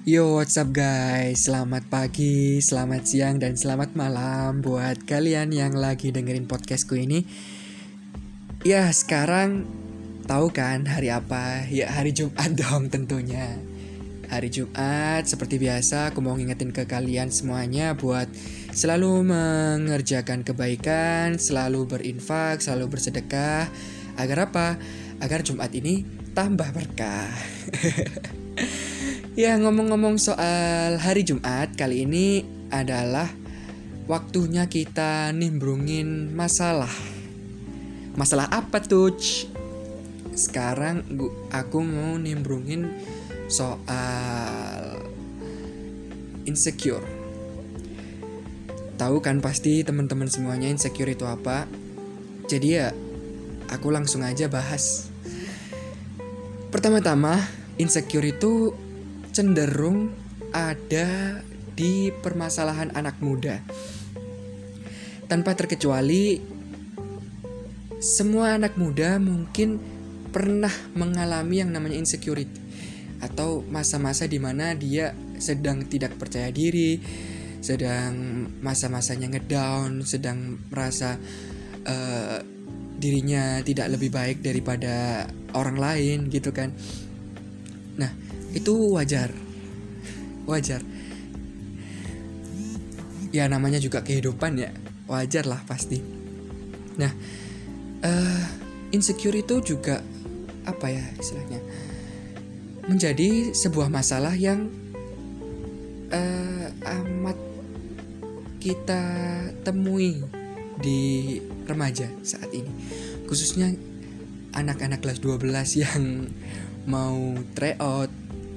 Yo, what's up guys? Selamat pagi, selamat siang, dan selamat malam buat kalian yang lagi dengerin podcastku ini. Ya, sekarang tahu kan hari apa? Ya, hari Jumat dong tentunya. Hari Jumat, seperti biasa aku mau ngingetin ke kalian semuanya buat selalu mengerjakan kebaikan, selalu berinfak, selalu bersedekah. Agar apa? Agar Jumat ini tambah berkah. Ya, ngomong-ngomong soal hari Jumat, kali ini adalah waktunya kita nimbrungin masalah. Masalah apa tuh? Sekarang aku mau nimbrungin soal insecure. Tahu kan pasti teman-teman semuanya insecure itu apa? Jadi ya, aku langsung aja bahas. Pertama-tama, insecure itu cenderung ada di permasalahan anak muda. Tanpa terkecuali, semua anak muda mungkin pernah mengalami yang namanya insecurity, atau masa-masa di mana dia sedang tidak percaya diri, sedang masa-masanya ngedown, sedang merasa dirinya tidak lebih baik daripada orang lain gitu kan. Nah, itu wajar. Ya namanya juga kehidupan ya, wajar lah pasti. Nah, insecure itu juga apa ya istilahnya, menjadi sebuah masalah yang amat kita temui di remaja saat ini, khususnya anak-anak kelas 12 yang mau tryout.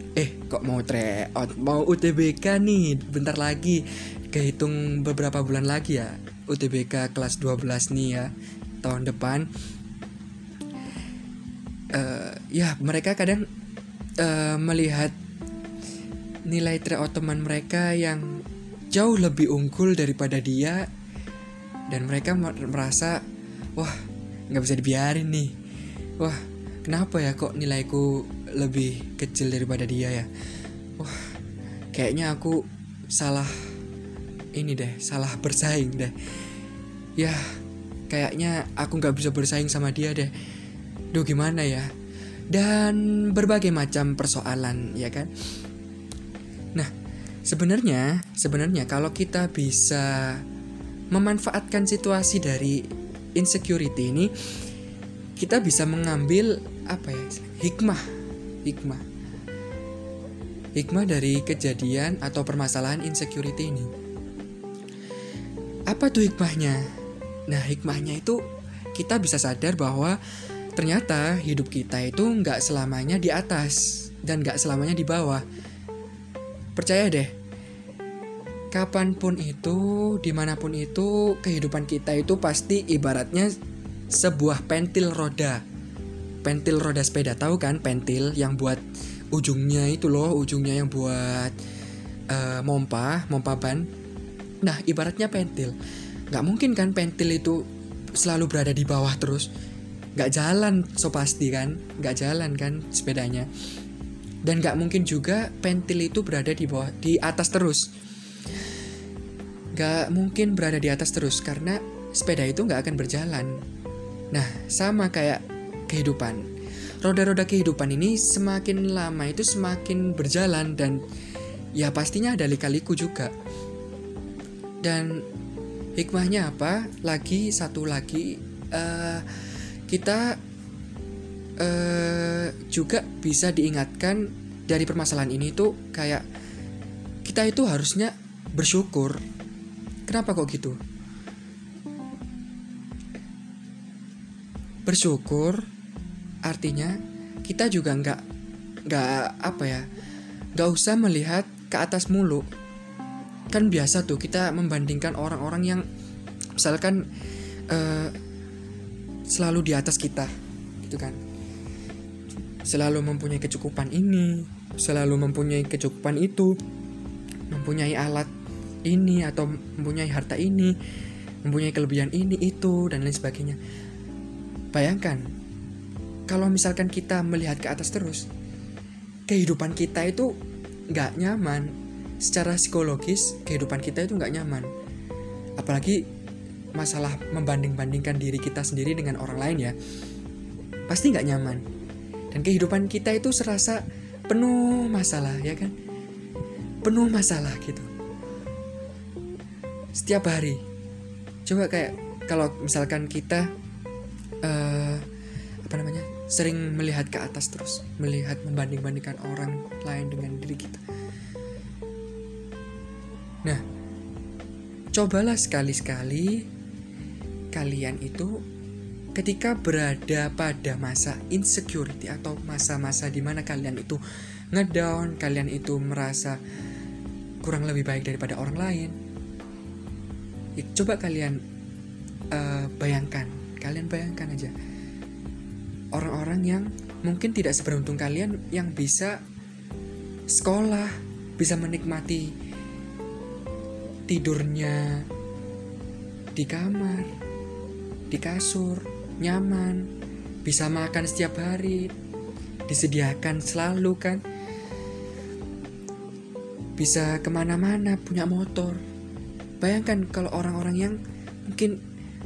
Mau UTBK nih, bentar lagi, kehitung beberapa bulan lagi ya, UTBK kelas 12 nih ya, tahun depan. Ya mereka kadang melihat nilai tryout teman mereka yang jauh lebih unggul daripada dia, dan mereka merasa, wah gak bisa dibiarin nih, wah kenapa ya kok nilaiku lebih kecil daripada dia ya, wah kayaknya aku salah bersaing deh, ya kayaknya aku gak bisa bersaing sama dia deh, duh gimana ya, dan berbagai macam persoalan ya kan. Nah sebenarnya kalau kita bisa memanfaatkan situasi dari insecurity ini, kita bisa mengambil apa ya, hikmah dari kejadian atau permasalahan insecurity ini. Apa tuh hikmahnya? Nah hikmahnya itu kita bisa sadar bahwa ternyata hidup kita itu gak selamanya di atas dan gak selamanya di bawah. Percaya deh, kapanpun itu, dimanapun itu, kehidupan kita itu pasti ibaratnya sebuah pentil roda sepeda. Tahu kan pentil yang buat ujungnya itu loh, ujungnya yang buat mompa ban. Nah ibaratnya pentil, gak mungkin kan pentil itu selalu berada di bawah terus, gak jalan so pasti kan, gak jalan kan sepedanya. Dan gak mungkin juga pentil itu berada di atas terus, gak mungkin berada di atas terus, karena sepeda itu gak akan berjalan. Nah sama kayak kehidupan, roda-roda kehidupan ini semakin lama itu semakin berjalan, dan ya pastinya ada lika-liku juga. Dan hikmahnya apa? Satu lagi, kita juga bisa diingatkan dari permasalahan ini tuh kayak kita itu harusnya bersyukur. Kenapa kok gitu? Bersyukur artinya kita juga nggak usah melihat ke atas mulu. Kan biasa tuh kita membandingkan orang-orang yang misalkan selalu di atas kita gitu kan, selalu mempunyai kecukupan ini, selalu mempunyai kecukupan itu, mempunyai alat ini atau mempunyai harta ini, mempunyai kelebihan ini itu dan lain sebagainya. Bayangkan kalau misalkan kita melihat ke atas terus, kehidupan kita itu nggak nyaman. Secara psikologis kehidupan kita itu nggak nyaman, apalagi masalah membanding-bandingkan diri kita sendiri dengan orang lain ya, pasti nggak nyaman. Dan kehidupan kita itu serasa penuh masalah, ya kan, penuh masalah gitu setiap hari. Coba kayak kalau misalkan kita sering melihat ke atas terus, melihat membanding-bandingkan orang lain dengan diri kita. Nah, cobalah sekali-sekali kalian itu ketika berada pada masa insecurity atau masa-masa di mana kalian itu ngedown, kalian itu merasa kurang lebih baik daripada orang lain. Coba kalian bayangkan aja orang-orang yang mungkin tidak seberuntung kalian, yang bisa sekolah, bisa menikmati tidurnya di kamar, di kasur, nyaman, bisa makan setiap hari, disediakan selalu kan, bisa kemana-mana, punya motor. Bayangkan kalau orang-orang yang mungkin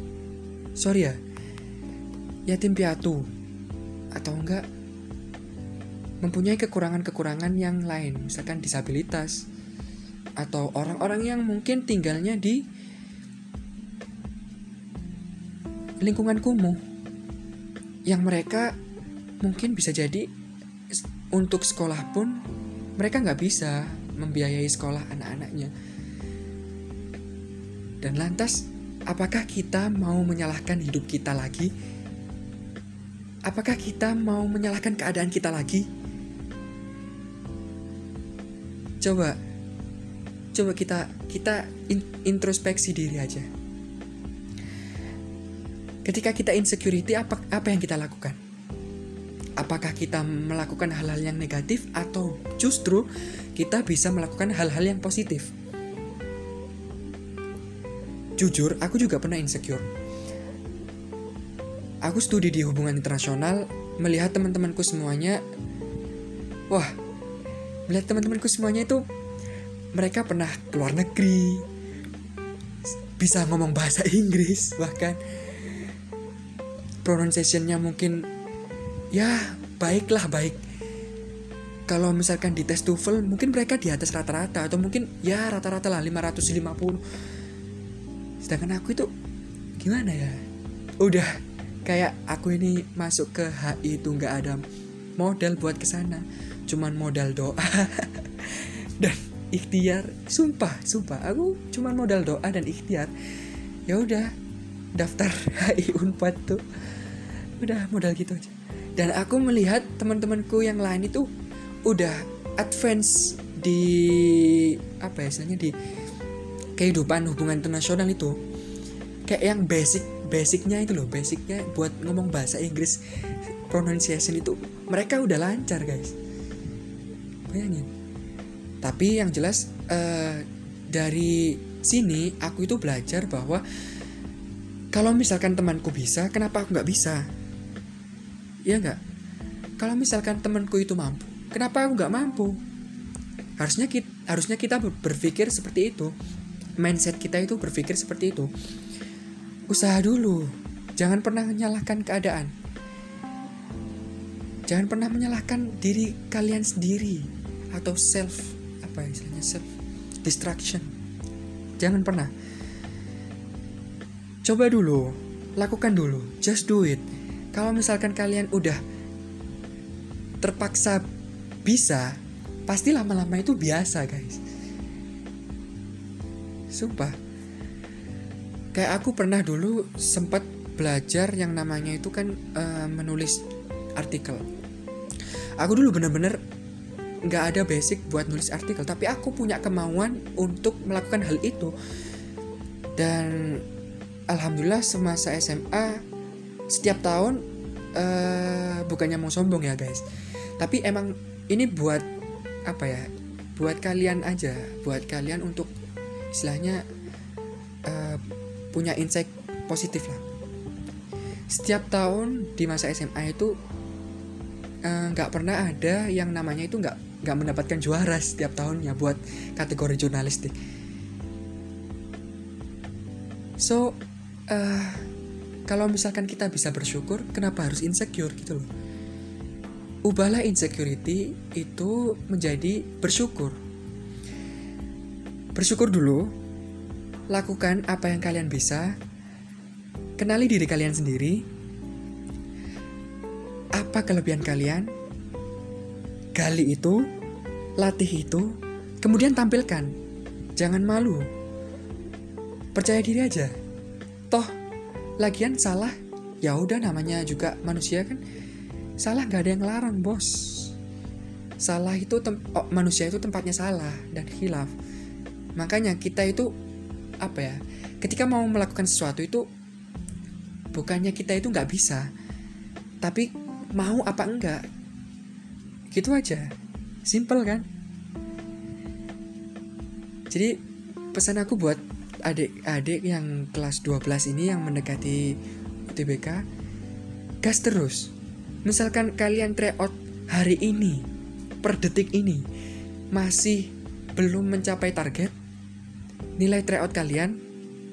yatim piatu, atau enggak mempunyai kekurangan-kekurangan yang lain, misalkan disabilitas, atau orang-orang yang mungkin tinggalnya di lingkungan kumuh, yang mereka mungkin bisa jadi untuk sekolah pun mereka nggak bisa membiayai sekolah anak-anaknya. Dan lantas, apakah kita mau menyalahkan hidup kita lagi? Apakah kita mau menyalahkan keadaan kita lagi? Coba kita introspeksi diri aja. Ketika kita insecurity, apa yang kita lakukan? Apakah kita melakukan hal-hal yang negatif, atau justru kita bisa melakukan hal-hal yang positif? Jujur, aku juga pernah insecure. Aku studi di hubungan internasional, melihat teman-temanku semuanya itu mereka pernah keluar negeri, bisa ngomong bahasa Inggris, bahkan pronunciation-nya mungkin baik. Kalau misalkan di tes TOEFL mungkin mereka di atas rata-rata, atau mungkin rata-rata lah 550. Sedangkan aku itu gimana ya? Udah kayak aku ini masuk ke HI itu nggak ada modal buat kesana, cuman modal doa dan ikhtiar. Sumpah aku cuman modal doa dan ikhtiar. Ya udah daftar HI Unpad tuh, udah modal gitu aja. Dan aku melihat teman-temanku yang lain itu udah advance di di kehidupan hubungan internasional itu, kayak yang basicnya itu loh, basicnya buat ngomong bahasa Inggris, pronunciation itu mereka udah lancar guys, bayangin. Tapi yang jelas dari sini aku itu belajar bahwa kalau misalkan temanku bisa, kenapa aku nggak bisa? Ya nggak? Kalau misalkan temanku itu mampu, kenapa aku nggak mampu? Harusnya kita berpikir seperti itu. Mindset kita itu berpikir seperti itu. Usaha dulu, jangan pernah menyalahkan keadaan. Jangan pernah menyalahkan diri kalian sendiri, atau self distraction. Jangan pernah. Coba dulu, lakukan dulu, just do it. Kalau misalkan kalian udah terpaksa bisa, pasti lama-lama itu biasa guys. Sumpah. Kayak aku pernah dulu sempat belajar yang namanya itu kan menulis artikel. Aku dulu bener-bener gak ada basic buat nulis artikel, tapi aku punya kemauan untuk melakukan hal itu. Dan alhamdulillah semasa SMA setiap tahun, bukannya mau sombong ya guys, tapi emang ini buat buat kalian aja, buat kalian untuk istilahnya punya insight positif lah. Setiap tahun di masa SMA itu nggak pernah ada yang namanya itu nggak mendapatkan juara setiap tahunnya buat kategori jurnalistik. So kalau misalkan kita bisa bersyukur, kenapa harus insecure gitu loh? Ubahlah insecurity itu menjadi bersyukur. Bersyukur dulu, lakukan apa yang kalian bisa, kenali diri kalian sendiri, apa kelebihan kalian, gali itu, latih itu, kemudian tampilkan. Jangan malu, percaya diri aja. Toh, lagian salah, ya udah namanya juga manusia kan. Salah gak ada yang larang, bos. Salah itu manusia itu tempatnya salah dan khilaf. Makanya kita itu ketika mau melakukan sesuatu itu bukannya kita itu nggak bisa, tapi mau apa enggak. Gitu aja. Simple kan? Jadi pesan aku buat adik-adik yang kelas 12 ini yang mendekati UTBK, gas terus. Misalkan kalian tryout hari ini, per detik ini, masih belum mencapai target nilai tryout kalian,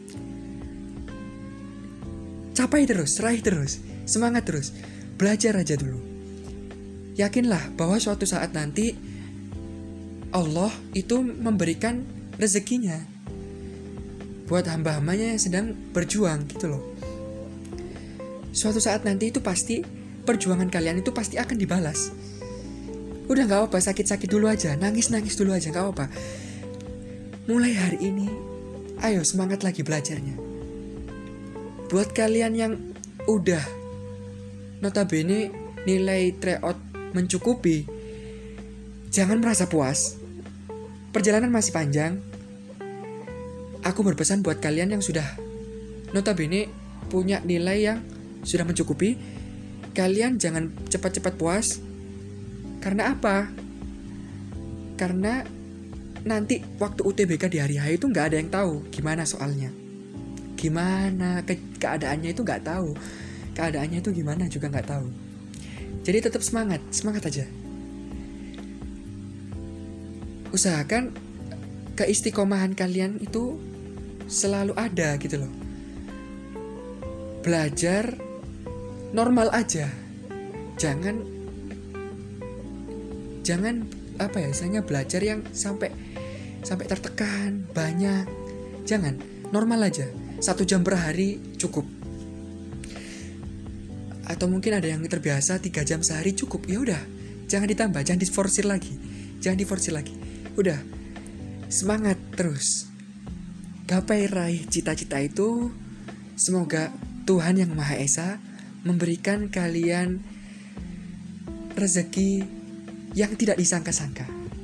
capai terus, raih terus, semangat terus, belajar aja dulu. Yakinlah bahwa suatu saat nanti Allah itu memberikan rezekinya buat hamba-hambanya yang sedang berjuang gitu loh. Suatu saat nanti itu pasti perjuangan kalian itu pasti akan dibalas. Udah gak apa-apa, sakit-sakit dulu aja, nangis-nangis dulu aja, gak apa-apa. Mulai hari ini, ayo semangat lagi belajarnya. Buat kalian yang udah notabene nilai tryout mencukupi, jangan merasa puas. Perjalanan masih panjang. Aku berpesan buat kalian yang sudah notabene punya nilai yang sudah mencukupi, kalian jangan cepat-cepat puas. Karena apa? Karena nanti waktu UTBK di hari H itu gak ada yang tahu gimana soalnya. Gimana keadaannya itu gak tahu. Keadaannya itu gimana juga gak tahu. Jadi tetap semangat aja. Usahakan keistiqomahan kalian itu selalu ada gitu loh. Belajar normal aja. Jangan istilahnya belajar yang sampai tertekan banyak. Jangan, normal aja. 1 jam per hari cukup. Atau mungkin ada yang terbiasa 3 jam sehari cukup. Ya udah, jangan ditambah, jangan diforsir lagi. Udah, semangat terus. Gapai raih cita-cita itu. Semoga Tuhan Yang Maha Esa memberikan kalian rezeki yang tidak disangka-sangka.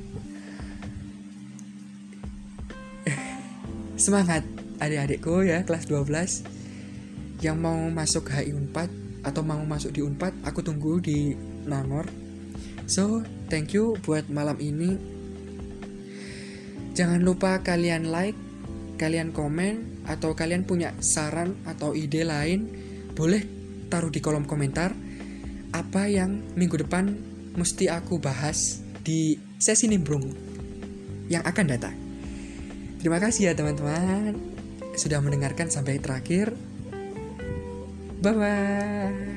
Semangat adik-adikku ya kelas 12 yang mau masuk HI Unpad atau mau masuk di Unpad, aku tunggu di Nangor. So, thank you buat malam ini. Jangan lupa kalian like, kalian komen, atau kalian punya saran atau ide lain, boleh taruh di kolom komentar apa yang minggu depan mesti aku bahas di sesi nimbrung yang akan datang. Terima kasih ya teman-teman sudah mendengarkan sampai terakhir. Bye-bye.